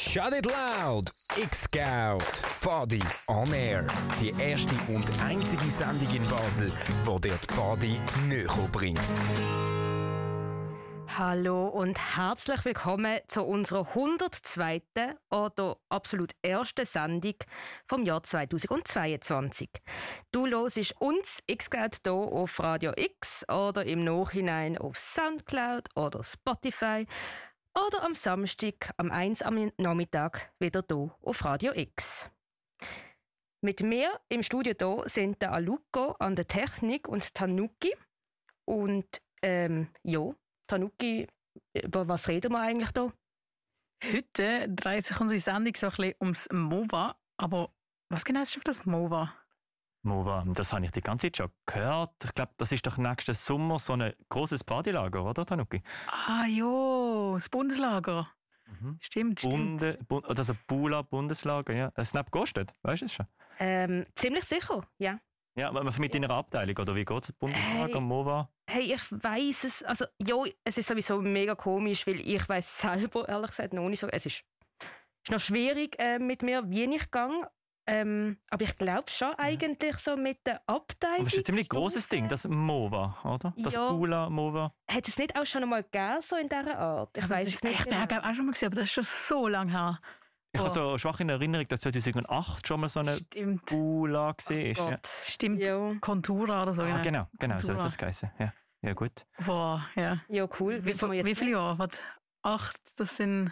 Shut It Loud! X-Scout! Pfadi on Air. Die erste und einzige Sendung in Basel, die dir die Pfadi näher bringt. Hallo und herzlich willkommen zu unserer 102. oder absolut ersten Sendung vom Jahr 2022. Du hörst uns X-Scout hier auf Radio X oder im Nachhinein auf Soundcloud oder Spotify oder am Samstag am 1 am Nachmittag wieder hier auf Radio X. Mit mir im Studio hier sind der Aluko an der Technik und Tanuki. Und Tanuki, über was reden wir eigentlich hier? Heute dreht sich unsere Sendung so ein bisschen ums MOVA. Aber was genau ist schon das MOVA? MOVA, das habe ich die ganze Zeit schon gehört. Ich glaube, das ist doch nächsten Sommer so ein grosses Partylager, oder, Tanuki? Ah ja, das Bundeslager. Stimmt. Also Bula Bundeslager, ja. Snap kostet, weißt du es schon? Ziemlich sicher, ja. Ja, aber mit deiner Abteilung, oder wie geht es? Bundeslager, MOVA? Hey, ich weiss es. Also, ja, es ist sowieso mega komisch, weil ich weiss selber, ehrlich gesagt, noch nicht so. Es ist noch schwierig mit mir, wie ich gehe. Aber ich glaube schon eigentlich so mit der Abteilung. Aber es ist ein ziemlich grosses Ding, das MOVA, oder? Das Bula, MOVA. Hat es nicht auch schon einmal gegeben, so in dieser Art? Ich weiss es nicht. Ich habe auch schon mal gesehen, aber das ist schon so lange her. Ich habe so schwach in Erinnerung, dass 2008 schon mal so eine Bula war. Oh ja. Stimmt, ja. Contura oder so. Ah, genau, Contura. so hat das geheißen. Ja, gut. Wow, ja. Ja, cool. Wie viele Jahre? 8, das sind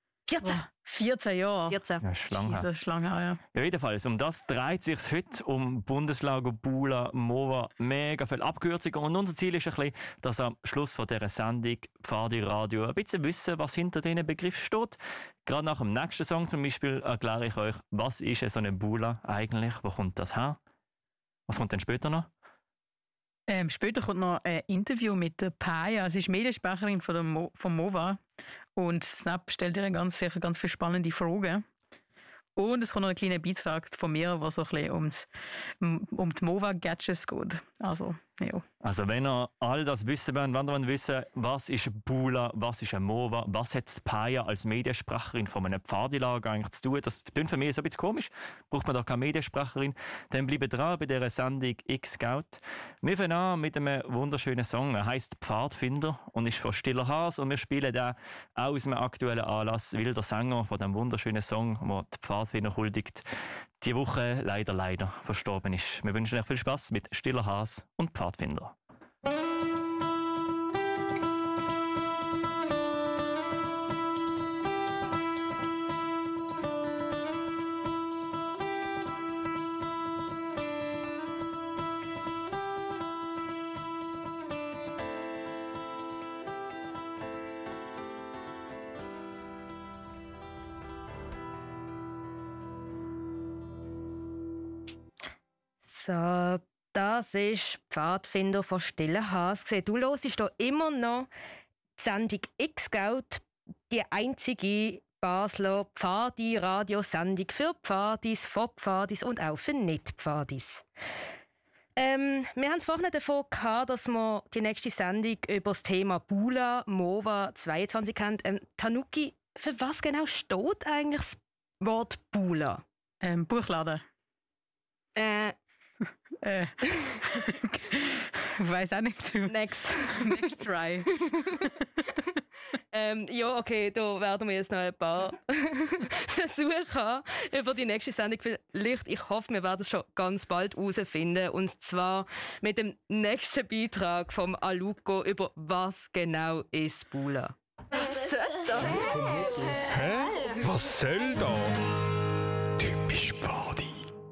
14 Jahre. 14. Ja, Schlange. Das ist lange her, ja. Ja, jedenfalls, um das dreht sich heute, um Bundeslager, Bula, MOVA, mega viele Abkürzungen. Und unser Ziel ist ein bisschen, dass am Schluss von dieser Sendung Pfadi Radio ein bisschen wissen, was hinter diesen Begriffen steht. Gerade nach dem nächsten Song zum Beispiel erkläre ich euch, was ist so eine Bula eigentlich, wo kommt das her? Was kommt dann später noch? Später kommt noch ein Interview mit der Paya. Sie ist Mediensprecherin vom MOVA. Und Snap stellt ihr ganz sicher ganz viele spannende Fragen. Und es kommt noch ein kleiner Beitrag von mir, der so ein bisschen um die MOVA-Gadgets geht. Also, ja. Also wenn ihr all das wissen wollt, wenn ihr wissen, was ist Bula, was ist ein MOVA, was hat die Paya als Mediensprecherin von einem Pfadilager eigentlich zu tun, das klingt für mich so ein bisschen komisch, braucht man doch keine Mediensprecherin, dann bleibt dran bei dieser Sendung X-Scout. Wir fangen an mit einem wunderschönen Song, er heisst Pfadfinder und ist von Stiller Haas und wir spielen den aus dem aktuellen Anlass, weil der Sänger von diesem wunderschönen Song, der die Pfadfinder huldigt, die Woche leider verstorben ist. Wir wünschen euch viel Spaß mit Stiller Haas und Pfadfinder. So, das ist Pfadfinder von Stiller Haas. Du hörst hier immer noch die Sendung X-Scout, die einzige Basler Pfadi-Radiosendung für Pfadis, von Pfadis und auch für Nicht-Pfadis. Wir haben es vorhin davon gehabt, dass wir die nächste Sendung über das Thema Bula, MOVA 22 haben. Tanuki, für was genau steht eigentlich das Wort Bula? Buchladen. Ich weiss auch nicht so. Next try. Ja, okay, da werden wir jetzt noch ein paar Versuche haben über die nächste Sendung. Vielleicht, ich hoffe, wir werden es schon ganz bald herausfinden. Und zwar mit dem nächsten Beitrag vom Aluko über was genau ist Bula. Was soll das? Hä? Was soll das? Typisch Pfadi.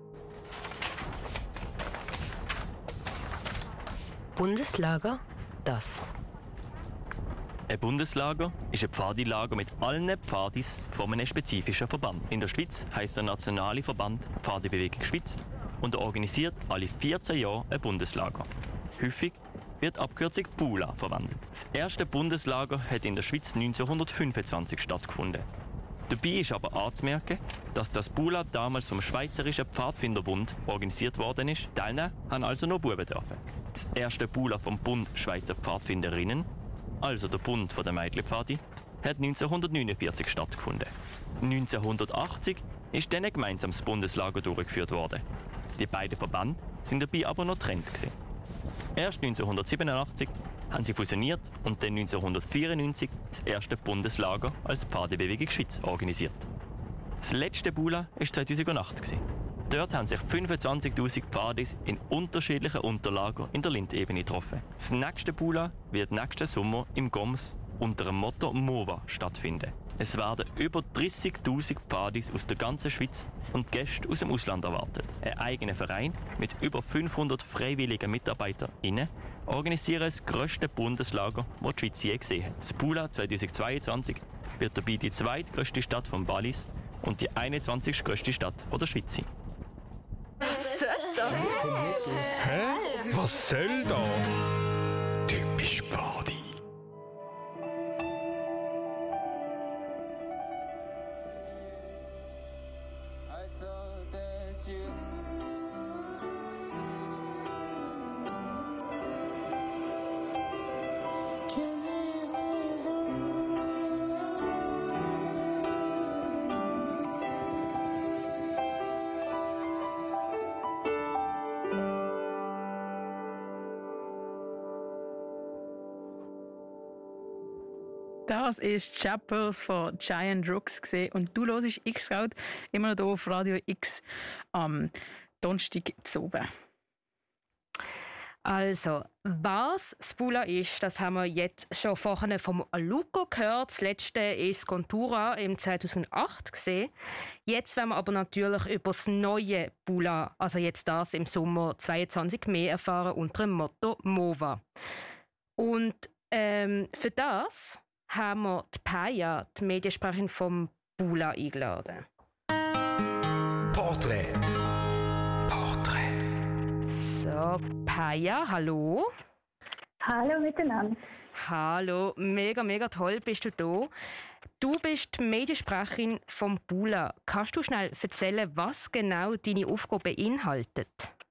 Bundeslager, das. Ein Bundeslager ist ein Pfadilager mit allen Pfadis von einem spezifischen Verband. In der Schweiz heisst der nationale Verband Pfadibewegung Schweiz und er organisiert alle 14 Jahre ein Bundeslager. Häufig wird die Abkürzung Bula verwendet. Das erste Bundeslager hat in der Schweiz 1925 stattgefunden. Dabei ist aber anzumerken, dass das Bula damals vom Schweizerischen Pfadfinderbund organisiert worden ist. Teilnehmen haben also nur Buben dürfen. Das erste Bula vom Bund Schweizer Pfadfinderinnen, also der Bund der Mädchenpfadi, hat 1949 stattgefunden. 1980 ist dann ein gemeinsames Bundeslager durchgeführt worden. Die beiden Verbände sind dabei aber noch getrennt gewesen. Erst 1987 haben sie fusioniert und dann 1994 das erste Bundeslager als Pfadebewegung Schweiz organisiert. Das letzte Bula war 2008 gewesen. Dort haben sich 25'000 Pfadis in unterschiedlichen Unterlagern in der Lindebene getroffen. Das nächste Bula wird nächsten Sommer im Goms unter dem Motto MOVA stattfinden. Es werden über 30'000 Pfadis aus der ganzen Schweiz und Gäste aus dem Ausland erwartet. Ein eigener Verein mit über 500 freiwilligen MitarbeiterInnen organisieren das grösste Bundeslager, das die Schweiz je gesehen hat. Das Bula 2022 wird dabei die zweitgrößte Stadt von Wallis und die 21. grösste Stadt der Schweiz sein. Was soll das? Hä? Was soll das? Typisch Pfadi. Das ist Chapels von Giant Rooks gesehen und du hörst X-Scout immer noch hier auf Radio X am Donnerstag zu oben. Also, was das Bula ist, das haben wir jetzt schon vorhin vom Aluko gehört. Das letzte ist Contura im 2008 gesehen. Jetzt werden wir aber natürlich über das neue Bula, also jetzt das im Sommer 2022, mehr erfahren unter dem Motto MOVA. Und für das haben wir die Paya, die Mediensprecherin vom Bula, eingeladen. Porträt. So, Paya, hallo. Hallo miteinander. Hallo, mega toll bist du da. Du bist die Mediensprecherin vom Bula. Kannst du schnell erzählen, was genau deine Aufgabe beinhaltet?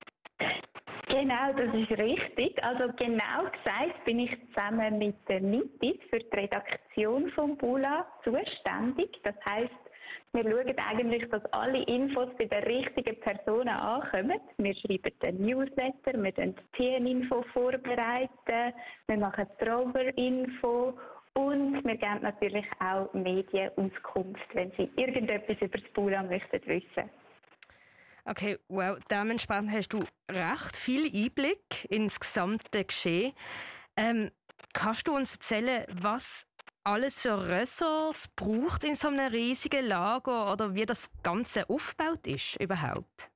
Genau, das ist richtig. Also genau gesagt bin ich zusammen mit der Nitis für die Redaktion vom Bula zuständig. Das heisst, wir schauen eigentlich, dass alle Infos bei den richtigen Personen ankommen. Wir schreiben den Newsletter, wir den TN-Info vorbereiten, wir machen Trover-Info und wir geben natürlich auch Medienauskunft, wenn sie irgendetwas über das Bula möchten wissen. Okay, wow, dementsprechend hast du recht viel Einblick ins gesamte Geschehen. Kannst du uns erzählen, was alles für Ressorts braucht in so einem riesigen Lager oder wie das Ganze aufgebaut ist überhaupt?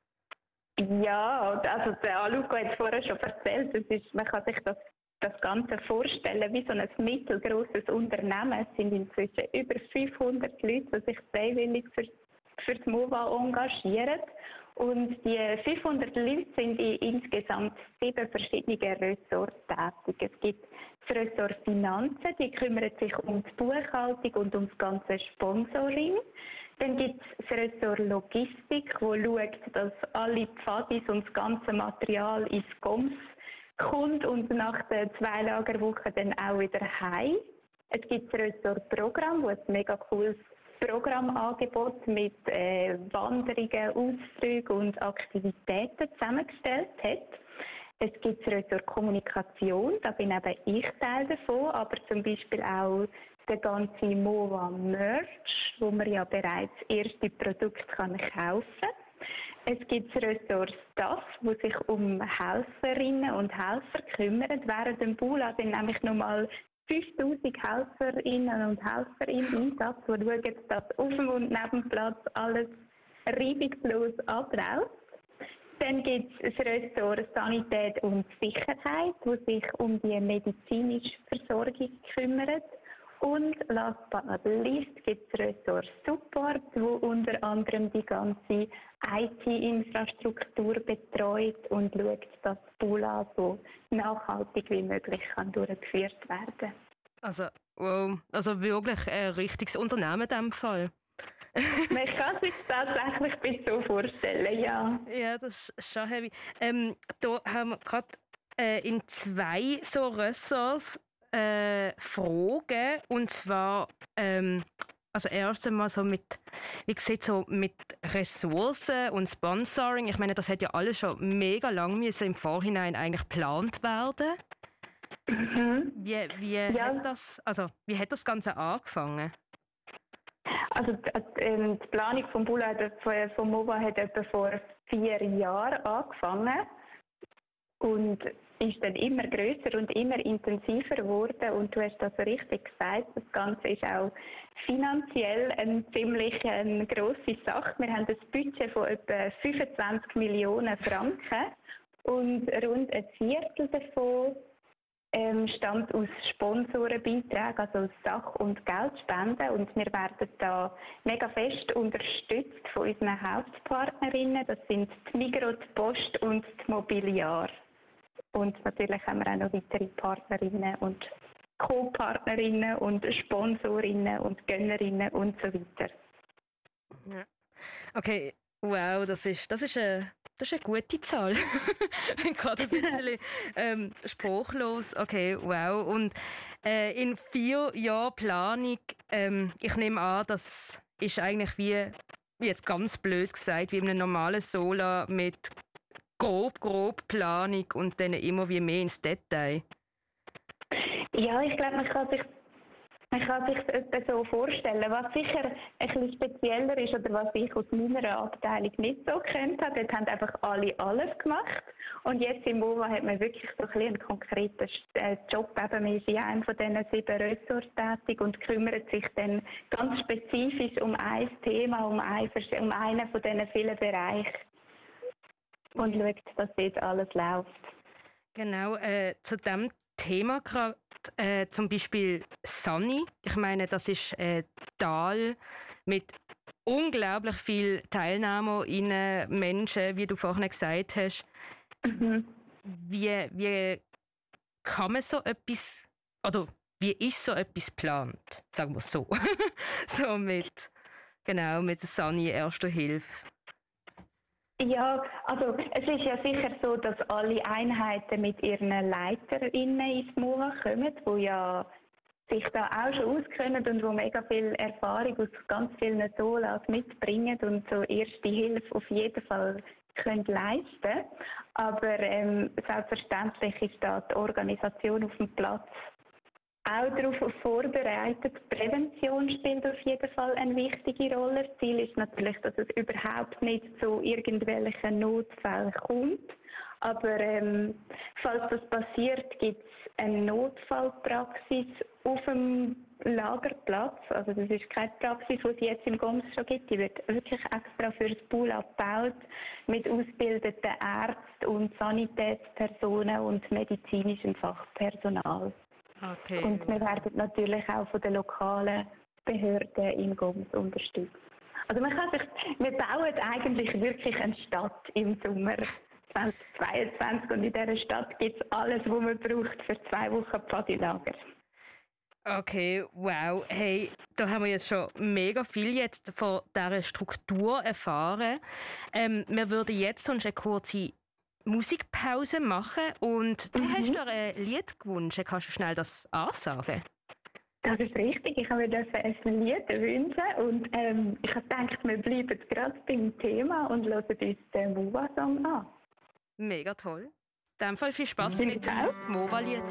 Ja, also der Aluko hat es vorher schon erzählt. Man kann sich das Ganze vorstellen wie so ein mittelgroßes Unternehmen. Es sind inzwischen über 500 Leute, die sich freiwillig für das MOVA engagieren. Und die 500 Leute sind in insgesamt 7 verschiedenen Ressorts tätig. Es gibt das Ressort Finanzen, die kümmert sich um die Buchhaltung und um das ganze Sponsoring. Dann gibt es das Ressort Logistik, wo schaut, dass alle Pfadis und das ganze Material ins Goms kommt und nach den 2 Lagerwochen dann auch wieder heim. Es gibt das Ressort Programm, wo ein mega cooles Programmangebot mit Wanderungen, Ausflügen und Aktivitäten zusammengestellt hat. Es gibt das Ressort Kommunikation, da bin eben ich Teil davon, aber zum Beispiel auch der ganze MOVA Merch, wo man ja bereits erste Produkte kaufen kann. Es gibt das Ressort Staff, das sich um Helferinnen und Helfer kümmert. Während dem Bula sind nämlich nochmal 5000 Helferinnen und Helfer im Einsatz, die schauen, dass auf dem und neben dem Platz alles reibungslos abläuft. Dann gibt es das Ressort Sanität und Sicherheit, das sich um die medizinische Versorgung kümmert. Und last but not least gibt es das Ressort Support, wo unter anderem die ganze IT-Infrastruktur betreut und schaut, dass das Bula so nachhaltig wie möglich kann durchgeführt werden. Also, wow, also wirklich ein richtiges Unternehmen in diesem Fall. Man kann sich tatsächlich bis so vorstellen, ja. Ja, das ist schon heavy. Da haben wir gerade in 2 so Ressorts fragen, und zwar also erst einmal so wie sieht so mit Ressourcen und Sponsoring. Ich meine, das hat ja alles schon mega lang müssen im Vorhinein eigentlich geplant werden. Wie hat das Ganze angefangen? Also die Planung vom Bula vom MOVA hat etwa vor 4 Jahren angefangen und ist dann immer grösser und immer intensiver geworden. Und du hast das richtig gesagt, das Ganze ist auch finanziell eine ziemlich grosse Sache. Wir haben ein Budget von etwa 25 Millionen Franken und rund ein Viertel davon stammt aus Sponsorenbeiträgen, also aus Sach- und Geldspenden. Und wir werden da mega fest unterstützt von unseren Hauptpartnerinnen. Das sind die Migros, die Post und die Mobiliar. Und natürlich haben wir auch noch weitere Partnerinnen und Co-Partnerinnen und Sponsorinnen und Gönnerinnen und so weiter. Ja. Okay, wow, das ist eine gute Zahl. Ich bin gerade ein bisschen sprachlos. Okay, wow. Und in 4 Jahren Planung, ich nehme an, das ist eigentlich wie jetzt ganz blöd gesagt, wie in einem normalen Sola mit grob Planung und dann immer wie mehr ins Detail. Ja, ich glaube, man kann sich etwa so vorstellen. Was sicher ein bisschen spezieller ist oder was ich aus meiner Abteilung nicht so kennt habe, dort haben einfach alle alles gemacht. Und jetzt im MOVA hat man wirklich so einen konkreten Job. Eben, man ist in einem von diesen 7 Ressorts tätig und kümmert sich dann ganz spezifisch um ein Thema, um einen von diesen vielen Bereichen. Und schaut, dass jetzt alles läuft. Genau, zu diesem Thema gerade zum Beispiel Sunny. Ich meine, das ist ein Tal mit unglaublich vielen TeilnehmerInnen, Menschen, wie du vorhin gesagt hast. Mhm. Wie kann man so etwas, oder wie ist so etwas geplant? Sagen wir es so. So mit der Sunny Erste Hilfe. Ja, also es ist ja sicher so, dass alle Einheiten mit ihren LeiterInnen ins MOVA kommen, die ja sich da auch schon auskennen und die mega viel Erfahrung aus ganz vielen Solas mitbringen und so erste Hilfe auf jeden Fall können leisten. Aber selbstverständlich ist da die Organisation auf dem Platz auch darauf vorbereitet. Prävention spielt auf jeden Fall eine wichtige Rolle. Das Ziel ist natürlich, dass es überhaupt nicht zu irgendwelchen Notfällen kommt. Aber falls das passiert, gibt es eine Notfallpraxis auf dem Lagerplatz. Also das ist keine Praxis, die es jetzt im Goms schon gibt. Die wird wirklich extra für das Bula gebaut mit ausgebildeten Ärzten und Sanitätspersonen und medizinischem Fachpersonal. Okay. Und wir werden natürlich auch von den lokalen Behörden in Goms unterstützt. Also wir bauen eigentlich wirklich eine Stadt im Sommer 2022 und in dieser Stadt gibt es alles, was man braucht für 2 Wochen Pfadilager. Okay, wow. Hey, da haben wir jetzt schon mega viel jetzt von dieser Struktur erfahren. Wir würden jetzt sonst eine kurze Musikpause machen und du hast dir ein Lied gewünscht. Kannst du schnell das ansagen? Das ist richtig. Ich habe mir ein Lied wünschen und ich habe gedacht, wir bleiben gerade beim Thema und hören uns den MOVA-Song an. Mega toll. In dem Fall viel Spaß mit dem MOVA-Lied.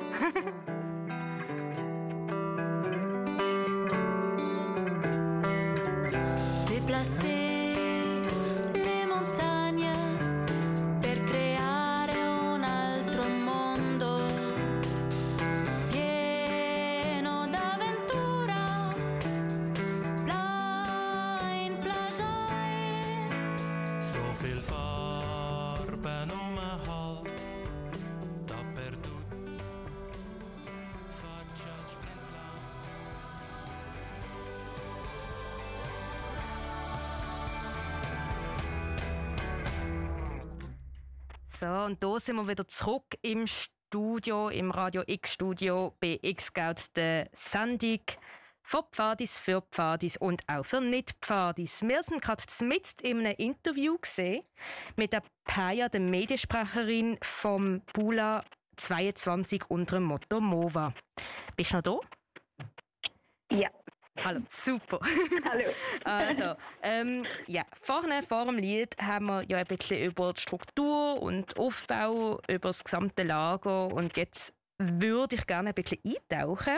So, und da sind wir wieder zurück im Studio, im Radio X-Studio bei X-Scout, der Sendung von Pfadis für Pfadis und auch für Nicht-Pfadis. Wir sind gerade mitten in einem Interview gesehen mit der Paya, der Mediensprecherin vom Bula 22 unter dem Motto MOVA. Bist du noch da? Ja. Hallo, super. Hallo. Also, ja, vorne vor dem Lied haben wir ja ein bisschen über die Struktur und Aufbau, über das gesamte Lager und jetzt würde ich gerne ein bisschen eintauchen.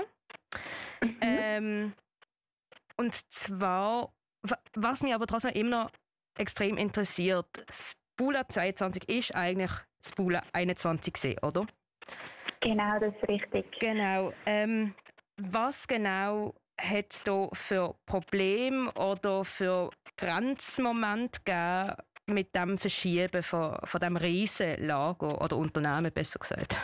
Und zwar, was mich aber trotzdem immer noch extrem interessiert, das Bula 22 ist eigentlich das Bula 21 gewesen, oder? Genau, das ist richtig. Genau. Was genau hat es da für Probleme oder für Grenzmomente gegeben mit dem Verschieben von diesem riesen Lager oder Unternehmen, besser gesagt?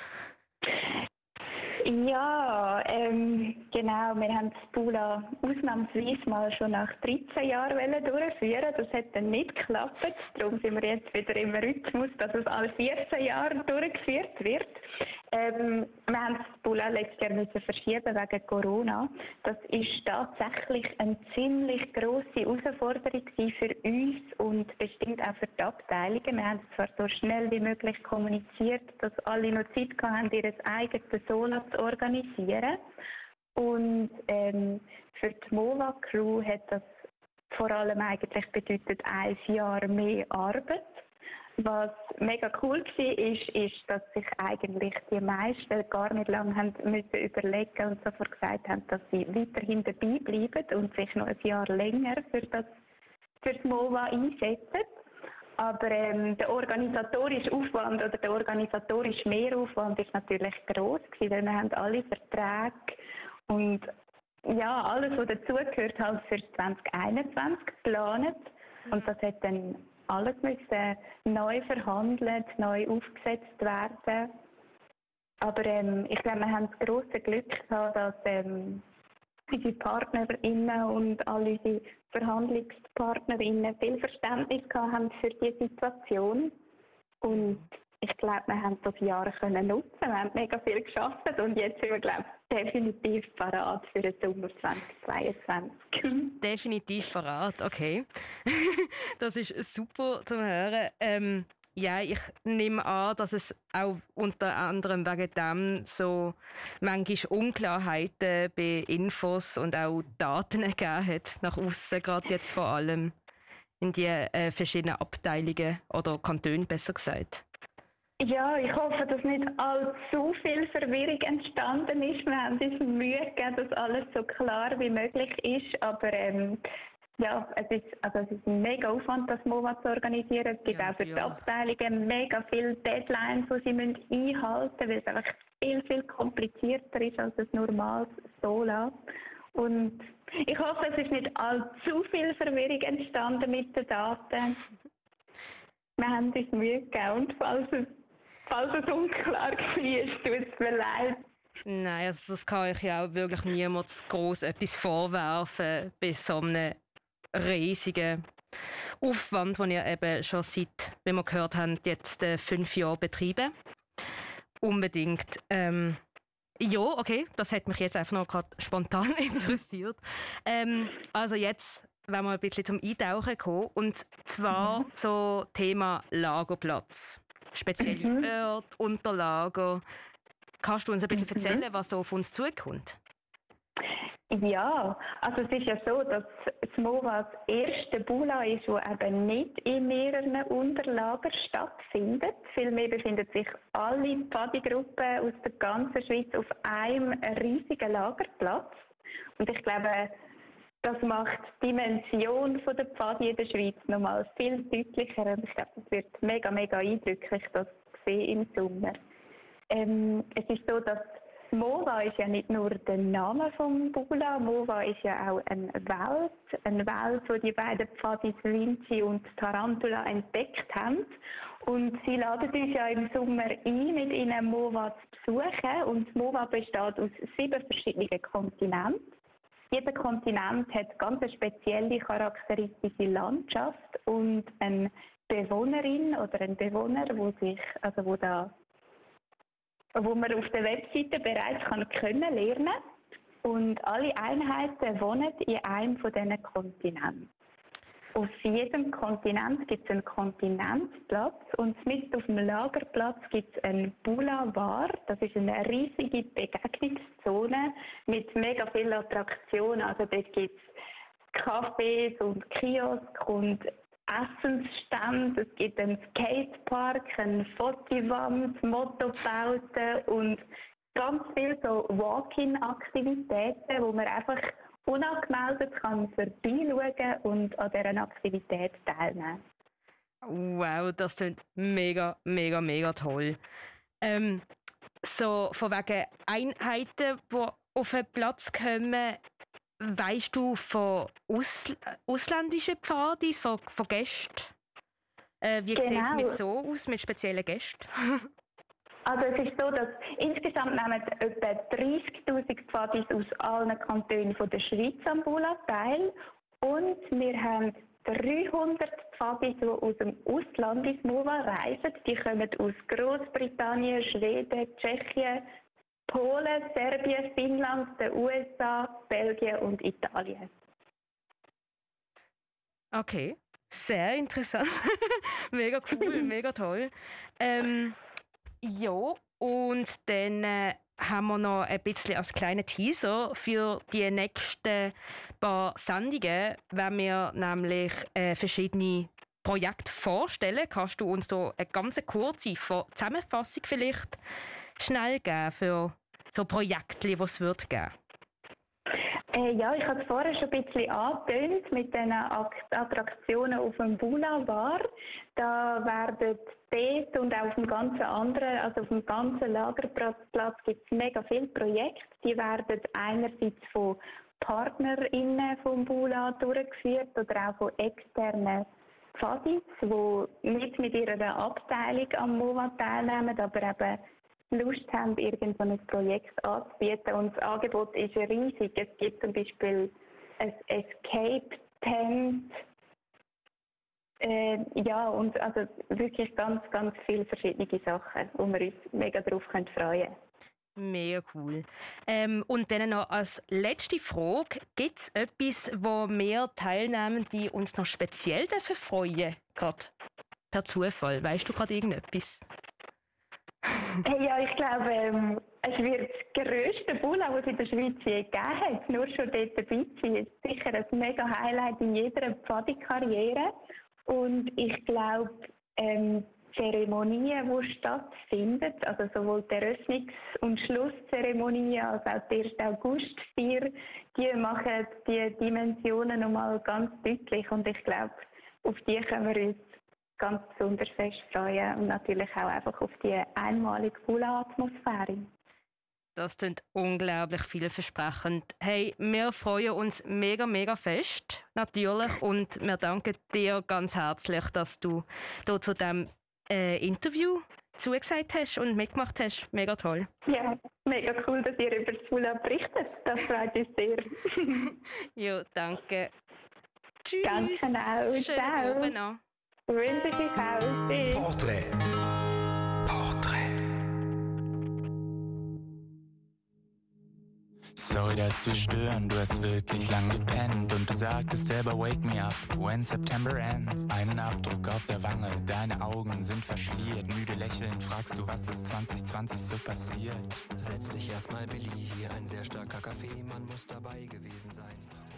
Ja, genau. Wir haben das Bula ausnahmsweise mal schon nach 13 Jahren durchführen. Das hat dann nicht geklappt. Darum sind wir jetzt wieder im Rhythmus, dass es alle 14 Jahre durchgeführt wird. Wir haben das Bula letztes Jahr müssen verschieben wegen Corona. Das ist tatsächlich eine ziemlich grosse Herausforderung für uns und bestimmt auch für die Abteilungen. Wir haben es zwar so schnell wie möglich kommuniziert, dass alle noch Zeit hatten, ihr eigenes Solo zu organisieren. Und für die MOVA-Crew hat das vor allem eigentlich bedeutet 1 Jahr mehr Arbeit. Was mega cool war, ist, dass sich eigentlich die meisten gar nicht lange haben müssen überlegen und sofort gesagt haben, dass sie weiterhin dabei bleiben und sich noch ein Jahr länger für das MOVA einsetzen. Aber der organisatorische Aufwand oder der organisatorische Mehraufwand ist natürlich gross gewesen, weil wir haben alle Verträge und ja, alles, was dazugehört, halt für 2021 geplant. Und das hat dann alles müssen neu verhandelt, neu aufgesetzt werden. Aber ich glaube, wir haben das grosse Glück gehabt, dass unsere PartnerInnen und alle unsere VerhandlungspartnerInnen viel Verständnis gehabt haben für diese Situation. Und ich glaube, wir haben das Jahr können nutzen. Wir haben mega viel geschafft und jetzt sind wir, glaube ich, definitiv parat für den Sommer 2022. Definitiv parat, okay. Das ist super zu hören. Ja, ich nehme an, dass es auch unter anderem wegen dem so manchmal Unklarheiten bei Infos und auch Daten gegeben hat, nach außen, gerade jetzt vor allem in die verschiedenen Abteilungen oder Kantonen, besser gesagt. Ja, ich hoffe, dass nicht allzu viel Verwirrung entstanden ist. Wir haben uns Mühe gegeben, dass alles so klar wie möglich ist, aber ja, es ist ein mega Aufwand, das MOVA zu organisieren. Es gibt auch für die Abteilungen mega viele Deadlines, die sie einhalten müssen, weil es einfach viel, viel komplizierter ist als ein normales Sola. Und ich hoffe, es ist nicht allzu viel Verwirrung entstanden mit den Daten. Wir haben uns Mühe gegeben und falls es unklar war, tut es mir leid. Nein, also das kann ich ja auch wirklich niemand gross etwas vorwerfen bei so einem riesigen Aufwand, den ihr eben schon seit, wie wir gehört haben, jetzt 5 Jahre betreiben. Unbedingt. Ja, okay, das hat mich jetzt einfach noch gerade spontan interessiert. Also jetzt wollen wir ein bisschen zum Eintauchen kommen, und zwar so Thema Lagerplatz. Spezielle Orte, Unterlager. Kannst du uns ein bisschen erzählen, was so auf uns zukommt? Ja, also es ist ja so, dass das MOVA das erste Bula ist, das eben nicht in mehreren Unterlagern stattfindet. Vielmehr befinden sich alle Pfadi-Gruppen aus der ganzen Schweiz auf einem riesigen Lagerplatz. Und ich glaube, das macht die Dimension der Pfadi in der Schweiz nochmal viel deutlicher. Und ich glaube, das wird mega, mega eindrücklich, das zu sehen im Sommer. Es ist so, dass MOVA ist ja nicht nur der Name vom Bula, MOVA ist ja auch eine Welt, wo die beiden Pfadis Vinci und Tarantula entdeckt haben. Und sie laden uns ja im Sommer ein, mit ihnen MOVA zu besuchen. Und MOVA besteht aus 7 verschiedenen Kontinenten. Jeder Kontinent hat ganz eine spezielle charakteristische Landschaft und eine Bewohnerin oder ein Bewohner, wo man auf der Webseite bereits kennenlernen kann. Und alle Einheiten wohnen in einem von diesen Kontinenten. auf jedem Kontinent gibt es einen Kontinentsplatz und mit auf dem Lagerplatz gibt es einen Boulevard. Das ist eine riesige Begegnungszone mit mega vielen Attraktionen. Also dort gibt es Cafés und Kiosk und Essensstände. Es gibt einen Skatepark, eine Fotowand, Motobauten und ganz viele so Walk-in-Aktivitäten, wo man einfach unangemeldet kann vorbeischauen und an dieser Aktivität teilnehmen. Wow, das klingt mega, mega, mega toll. So von wegen Einheiten, die auf den Platz kommen, weisst du von ausländischen Pfadis, von Gästen? Wie sieht es mit so aus, mit speziellen Gästen? Also es ist so, dass insgesamt nehmen etwa 30'000 Pfadis aus allen Kantonen von der Schweiz am Bula teil und wir haben 300 Pfadis, die aus dem Ausland ins MOVA reisen. Die kommen aus Großbritannien, Schweden, Tschechien, Polen, Serbien, Finnland, den USA, Belgien und Italien. Okay, sehr interessant. Mega cool, mega toll. Ja, und dann haben wir noch ein bisschen als kleinen Teaser für die nächsten paar Sendungen, wenn wir nämlich verschiedene Projekte vorstellen. Kannst du uns so eine ganz kurze Zusammenfassung vielleicht schnell geben für so Projekte, die es wird geben? Ja, ich habe es vorher schon ein bisschen angetönt mit den Attraktionen auf dem Boulevard. Da werden dort und auch auf dem ganzen anderen, also auf dem ganzen Lagerplatz gibt es mega viele Projekte. Die werden einerseits von PartnerInnen vom Bula durchgeführt oder auch von externen Pfadis, die nicht mit ihrer Abteilung am MOVA teilnehmen, aber eben Lust haben, irgend so ein Projekt anzubieten. Und das Angebot ist riesig. Es gibt zum Beispiel ein Escape-Tent. Ja, und also wirklich ganz, ganz viele verschiedene Sachen, wo wir uns mega darauf freuen können. Mega cool. Und dann noch als letzte Frage, gibt es etwas, wo wir Teilnehmende uns noch speziell freuen dürfen? Gerade per Zufall. Weißt du gerade irgendetwas? Ja, ich glaube, es wird das grösste Bula, das es in der Schweiz je gegeben hat. Nur schon dort dabei zu sein, ist sicher ein mega Highlight in jeder Pfadi-Karriere. Und ich glaube, Zeremonien, die stattfinden, also sowohl die Eröffnungs- und Schlusszeremonie als auch die 1. Augustfeier, die machen die Dimensionen nochmal ganz deutlich. Und ich glaube, auf die können wir uns ganz besonders fest freuen und natürlich auch einfach auf die einmalige Bula-Atmosphäre. Das klingt unglaublich vielversprechend. Hey, wir freuen uns mega, mega fest, natürlich. Und wir danken dir ganz herzlich, dass du hier zu diesem Interview zugesagt hast und mitgemacht hast. Mega toll. Ja, mega cool, dass ihr über das Bula berichtet. Das freut uns sehr. Ja, danke. Tschüss. Ganz genau. Schönen Abend noch. Wünsche ich auch. Tschüss. Porträt. Sorry, dass wir stören, du hast wirklich lang gepennt und du sagtest selber wake me up when September ends. Einen Abdruck auf der Wange, deine Augen sind verschliert, müde lächelnd fragst du, was ist 2020 so passiert? Setz dich erstmal, Billy, hier ein sehr starker Kaffee, man muss dabei gewesen sein.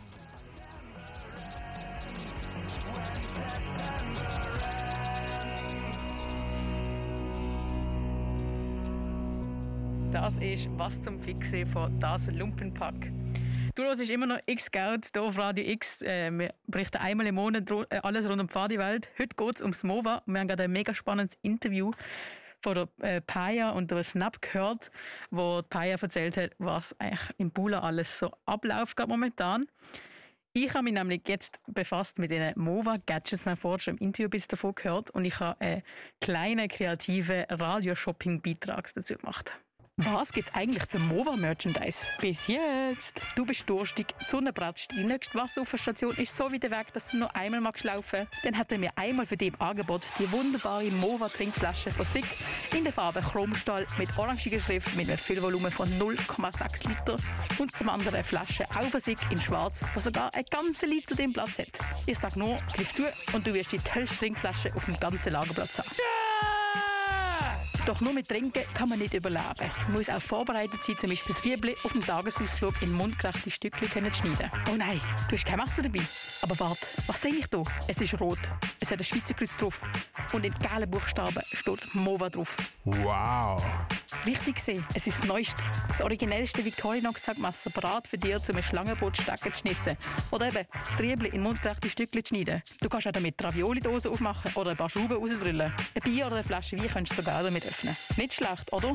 Das ist «Was zum Fixen» von «Das Lumpenpack». Du hörst immer noch X-Scout hier auf Radio X. Wir berichten einmal im Monat alles rund um die Pfadiwelt. Heute geht es ums MOVA. Wir haben gerade ein mega spannendes Interview von der Paya und der Snap gehört, wo die Paya erzählt hat, was eigentlich im Bula alles so abläuft momentan. Ich habe mich nämlich jetzt befasst mit den MOVA-Gadgets. Wir haben vorher schon im Interview bis davon gehört und ich habe einen kleinen kreativen Radioshopping-Beitrag dazu gemacht. Was gibt es eigentlich für MOVA-Merchandise? Bis jetzt. Du bist durstig, die Sonne bratzt, die nächste Wasseraufstation ist so weit weg, dass du nur einmal laufen magst. Dann hat er mir einmal für dich im Angebot die wunderbare MOVA-Trinkflasche von SICK in der Farbe Chromstahl mit orangiger Schrift mit einem Füllvolumen von 0,6 Liter und zum anderen eine Flasche auch von SICK in schwarz, die sogar einen ganzen Liter den Platz hat. Ich sag nur, griff zu und du wirst die tollste Trinkflasche auf dem ganzen Lagerplatz haben. Doch nur mit Trinken kann man nicht überleben. Man muss auch vorbereitet sein, zum Beispiel das Rüebli auf dem Tagesausflug in mundgerechte Stückchen zu schneiden. Oh nein, du hast kein Messer dabei. Aber warte, was sehe ich da? Es ist rot, es hat ein Schweizer Kreuz drauf und in gelben Buchstaben steht MOVA drauf. Wow! Richtig gesehen, es ist das Neueste, das originellste Victorinox-Sackmesser parat für dich, um ein Schlangenbrotstecken zu schnitzen. Oder eben die Rüebli in mundgerechte Stückchen zu schneiden. Du kannst auch damit Ravioli-Dosen aufmachen oder ein paar Schrauben rausdrüllen. Ein Bier oder eine Flasche Wein kannst du sogar damit öffnen. Nicht schlecht, oder?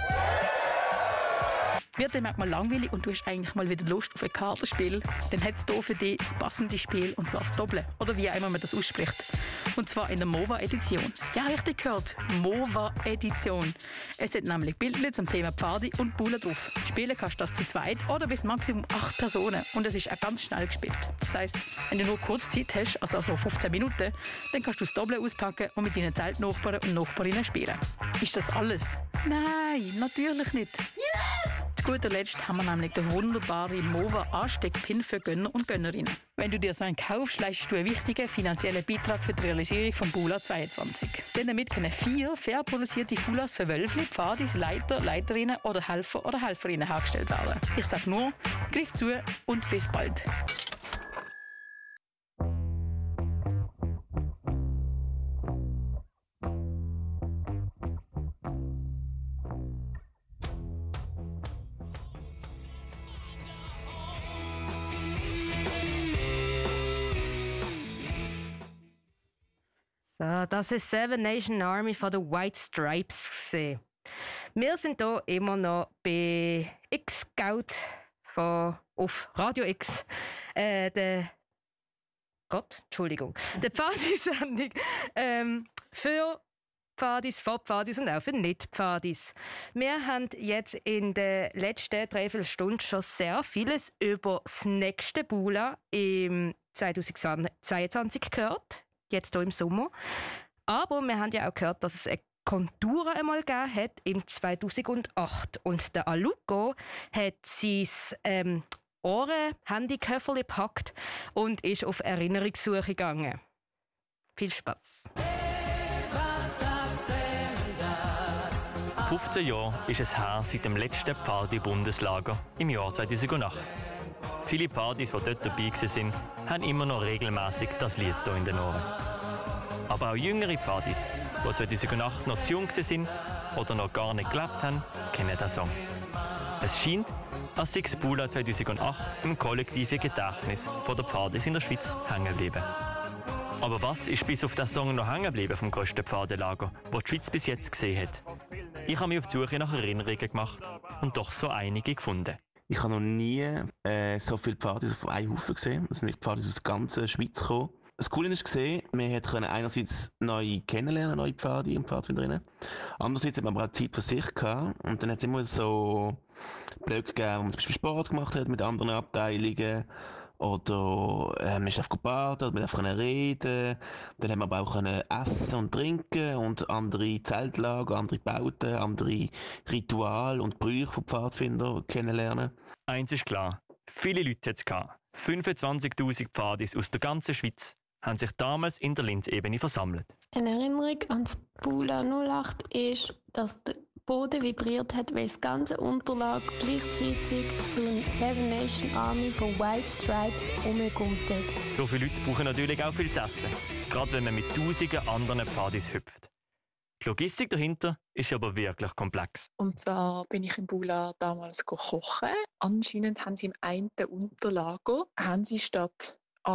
Wird dir manchmal langweilig und du hast eigentlich mal wieder Lust auf ein Kartenspiel, dann hat es hier für dich das passende Spiel, und zwar das Doppel, oder wie auch immer man das ausspricht. Und zwar in der MOVA-Edition. Ja, richtig gehört, MOVA-Edition. Es hat nämlich Bilder zum Thema Pfadi und Bulla drauf. Spielen kannst du das zu zweit oder bis Maximum 8 Personen und es ist auch ganz schnell gespielt. Das heisst, wenn du nur kurz Zeit hast, also 15 Minuten, dann kannst du das Doppel auspacken und mit deinen Zeltnachbarn und Nachbarinnen spielen. Ist das alles? Nein, natürlich nicht. Yes! Zu guter Letzt haben wir nämlich den wunderbaren MOVA-Ansteckpin für Gönner und Gönnerinnen. Wenn du dir so einen kaufst, leistest du einen wichtigen finanziellen Beitrag für die Realisierung von Bula 22. Denn damit können 4 fair produzierte Fulas für Wölfli, Pfadis, Leiter, Leiterinnen oder Helfer oder Helferinnen hergestellt werden. Ich sage nur, griff zu und bis bald. So, das ist Seven Nation Army von den White Stripes gewesen. Wir sind hier immer noch bei X-Scout auf Radio X. Der Pfadi-Sendung für Pfadis, von Pfadis und auch für Nicht-Pfadis. Wir haben jetzt in den letzten 3 Stunden schon sehr vieles über das nächste Bula im 2022 gehört. Jetzt hier im Sommer. Aber wir haben ja auch gehört, dass es eine Kontur einmal gegeben hat im 2008. Und der Aluko hat sein Ohren-Handyköfferchen gepackt und ist auf Erinnerungssuche gegangen. Viel Spaß! 15 Jahre ist es her seit dem letzten Pfadi-Bundeslager im Jahr 2008. Viele Pfadis, die dort dabei waren, haben immer noch regelmäßig das Lied hier in den Ohren. Aber auch jüngere Pfadis, die 2008 noch zu jung waren oder noch gar nicht gelebt haben, kennen den Song. Es scheint, als sei das Bula 2008 im kollektiven Gedächtnis der Pfadis in der Schweiz hängen geblieben. Aber was ist bis auf diesen Song noch hängen geblieben vom grössten Pfadelager, das die Schweiz bis jetzt gesehen hat? Ich habe mich auf die Suche nach Erinnerungen gemacht und doch so einige gefunden. Ich habe noch nie so viele Pfadis auf einen Haufen gesehen. Es sind nicht Pfadis aus der ganzen Schweiz gekommen. Das Coole ist gesehen, man konnte einerseits neue kennenlernen, neue Pfadi und Pfadfinderinnen. Andererseits hat man aber auch Zeit für sich gehabt. Und dann hat es immer so Blöcke gegeben, wo man zum Beispiel Sport gemacht hat mit anderen Abteilungen. Oder man ist einfach gebadet, man konnte reden. Dann haben wir aber auch essen und trinken und andere Zeltlager, andere Bauten, andere Rituale und Brüche von Pfadfindern kennenlernen. Eins ist klar, viele Leute hat es gehabt. 25'000 Pfadis aus der ganzen Schweiz haben sich damals in der Linz-Ebene versammelt. Eine Erinnerung an das Bula 08 ist, dass der Boden vibriert hat, weil das ganze Unterlag gleichzeitig zu einer Seven Nation Army von White Stripes umgekommen hat. So viele Leute brauchen natürlich auch viel zu essen, gerade wenn man mit tausenden anderen Pfadis hüpft. Die Logistik dahinter ist aber wirklich komplex. Und zwar bin ich im Bula damals kochen. Anscheinend haben sie im einen Unterlager statt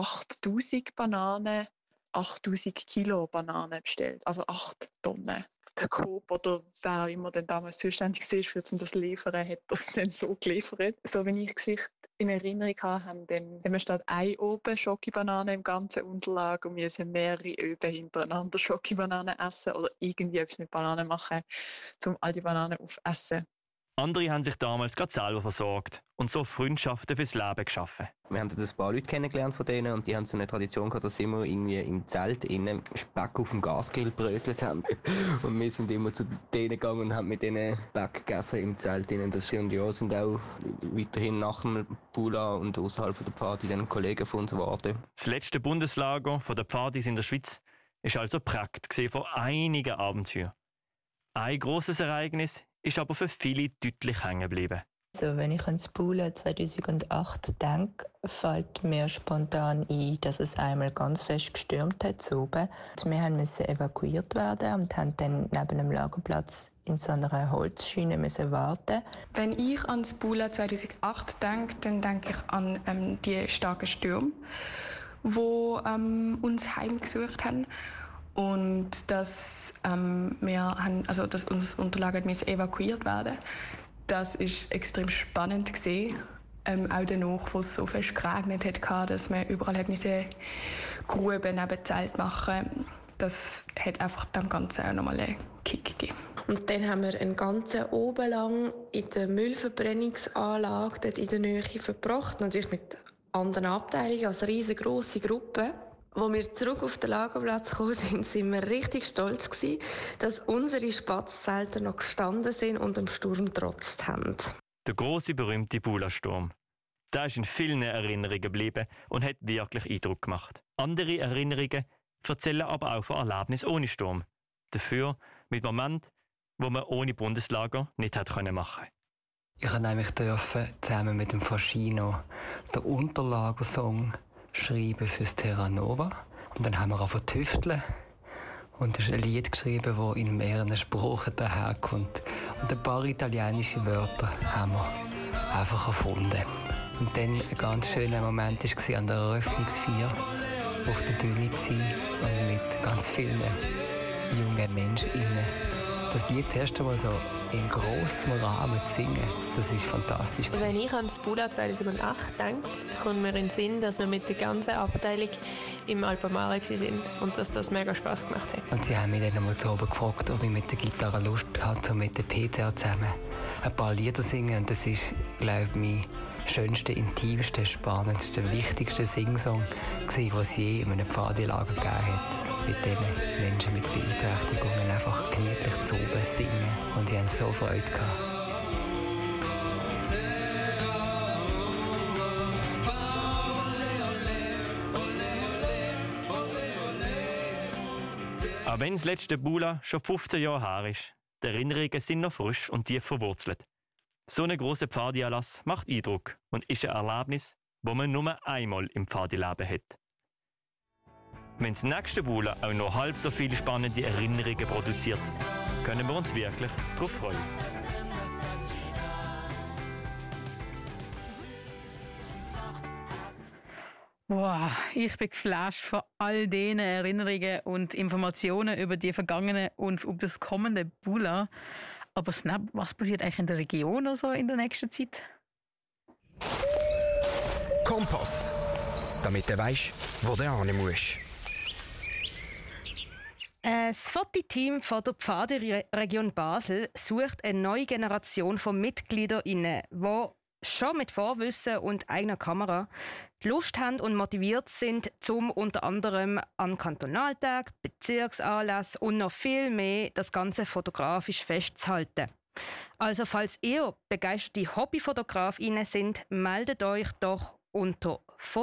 8000 Bananen 8000 Kilo Bananen bestellt, also 8 Tonnen. Der Coop oder wer auch immer dann damals zuständig war, um das zu liefern, hat das dann so geliefert. So wie ich die Geschichte in Erinnerung habe, haben wir statt ein Oben Schokibananen im ganzen Unterlag und wir müssen mehrere Öben hintereinander Schokibananen essen oder irgendwie etwas mit Bananen machen, um all die Bananen aufessen. Andere haben sich damals gerade selber versorgt und so Freundschaften fürs Leben geschaffen. Wir haben ein paar Leute kennengelernt von denen und die haben so eine Tradition gehabt, dass sie immer irgendwie im Zelt innen Speck auf dem Gasgrill brötelt haben. Und wir sind immer zu denen gegangen und haben mit denen Speck gegessen im Zelt innen. Das sind ja sind auch weiterhin nach dem Bula und außerhalb der Pfadi dann Kollegen von uns geworden. Das letzte Bundeslager der Pfadis in der Schweiz ist also prägt von einigen Abenteuern. Ein grosses Ereignis ist aber für viele deutlich hängen geblieben. Also, wenn ich an das Bula 2008 denke, fällt mir spontan ein, dass es einmal ganz fest gestürmt hat zu oben. Wir mussten evakuiert werden und haben dann neben dem Lagerplatz in so einer Holzschiene warten. Wenn ich an das Bula 2008 denke, dann denke ich an die starken Stürme, die uns heimgesucht haben. Und dass, dass unsere Unterlagen evakuiert werden. Das war extrem spannend gewesen. Auch danach, wo es so fest geregnet hat, dass man überall Gruben neben Zelt machen. Das hat einfach dem Ganzen auch nochmal einen Kick gegeben. Und dann haben wir einen ganzen oben lang in der Müllverbrennungsanlage dort in der Nähe verbracht, natürlich mit anderen Abteilungen, als riesengroße Gruppe. Als wir zurück auf den Lagerplatz gekommen sind, sind wir richtig stolz gewesen, dass unsere Spatzzelte noch gestanden sind und dem Sturm getrotzt haben. Der grosse, berühmte Bula-Sturm. Der ist in vielen Erinnerungen geblieben und hat wirklich Eindruck gemacht. Andere Erinnerungen erzählen aber auch von Erlebnissen ohne Sturm. Dafür mit Momenten, die man ohne Bundeslager nicht hätte machen können. Ich durfte nämlich zusammen mit dem Fascino den Unterlagersong schreiben fürs Terra Nova. Und dann haben wir auch tüfteln. Und es ist ein Lied geschrieben, das in mehreren Sprachen daherkommt. Und ein paar italienische Wörter haben wir einfach erfunden. Und dann ein ganz schöner Moment war an der Eröffnungsfeier auf der Bühne und mit ganz vielen jungen Menschen das Lied das erste Mal so in grossem Rahmen zu singen, das ist fantastisch. Wenn ich an das Bula 2008 denke, kommt mir in den Sinn, dass wir mit der ganzen Abteilung im Alpamare waren und dass das mega Spass gemacht hat. Und sie haben mich dann einmal zu oben gefragt, ob ich mit der Gitarre Lust hatte, mit der PTA zusammen ein paar Lieder singen. Und das ist, glaube ich, mein schönster, intimster, spannendster, wichtigster Singsong, den es je in einem Pfadilager gegeben hat. Mit diesen Menschen mit Beeinträchtigungen einfach gemütlich zu oben singen. Und sie haben so Freude gehabt. Auch wenn das letzte Bula schon 15 Jahre her ist, die Erinnerungen sind noch frisch und tief verwurzelt. So ein grosser Pfadi-Anlass macht Eindruck und ist ein Erlebnis, das man nur einmal im Pfadi-Leben hat. Wenn das nächste Bula auch noch halb so viele spannende Erinnerungen produziert, können wir uns wirklich darauf freuen. Wow, ich bin geflasht von all diesen Erinnerungen und Informationen über die vergangene und über das kommende Bula. Aber Snap, was passiert eigentlich in der Region oder so in der nächsten Zeit? Kompass, damit du weisst, wo du hin musst. Das Fototeam von der Pfadi-Region Basel sucht eine neue Generation von MitgliederInnen, die schon mit Vorwissen und eigener Kamera die Lust haben und motiviert sind, um unter anderem an Kantonaltag, Bezirksanlässen und noch viel mehr das Ganze fotografisch festzuhalten. Also falls ihr begeisterte HobbyfotografInnen sind, meldet euch doch unter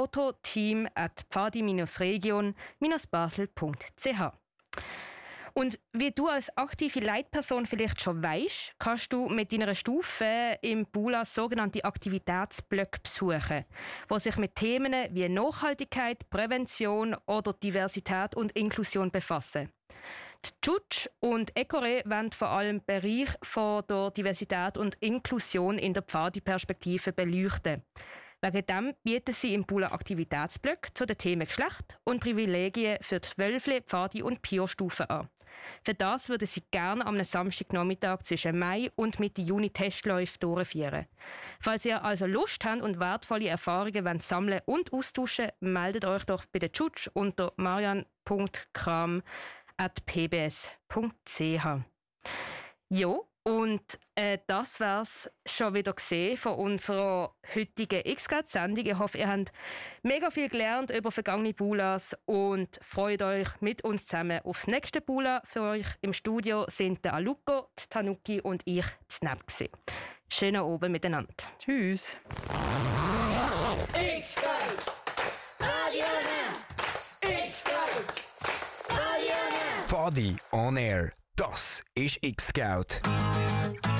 fototeam@pfadi-region-basel.ch. Und wie du als aktive Leitperson vielleicht schon weißt, kannst du mit deiner Stufe im Bula sogenannte Aktivitätsblöcke besuchen, die sich mit Themen wie Nachhaltigkeit, Prävention oder Diversität und Inklusion befassen. Die Jutsch und Ecore wollen vor allem den Bereich von der Diversität und Inklusion in der Pfadi-Perspektive beleuchten. Wegen dem bieten sie im Bula Aktivitätsblöcke zu den Themen Geschlecht und Privilegien für die Wölfli, Pfadi und Pio-Stufen an. Für das würden sie gerne am Samstagnachmittag zwischen Mai und Mitte Juni Testläufe durchführen. Falls ihr also Lust habt und wertvolle Erfahrungen sammeln und austauschen, meldet euch doch bei der Jutsch unter marian.kram@pbs.ch. Jo, Und das war es schon wieder gesehen von unserer heutigen X-Scout-Sendung. Ich hoffe, ihr habt mega viel gelernt über vergangene Bulas und freut euch mit uns zusammen aufs nächste Bula. Für euch im Studio sind der Aluko, die Tanuki und ich Snap gewesen. Schönen Abend miteinander. Tschüss. X-Scout! Radio Now! X-Scout! Radio Now! Fadi on Air. Das ist X-Scout.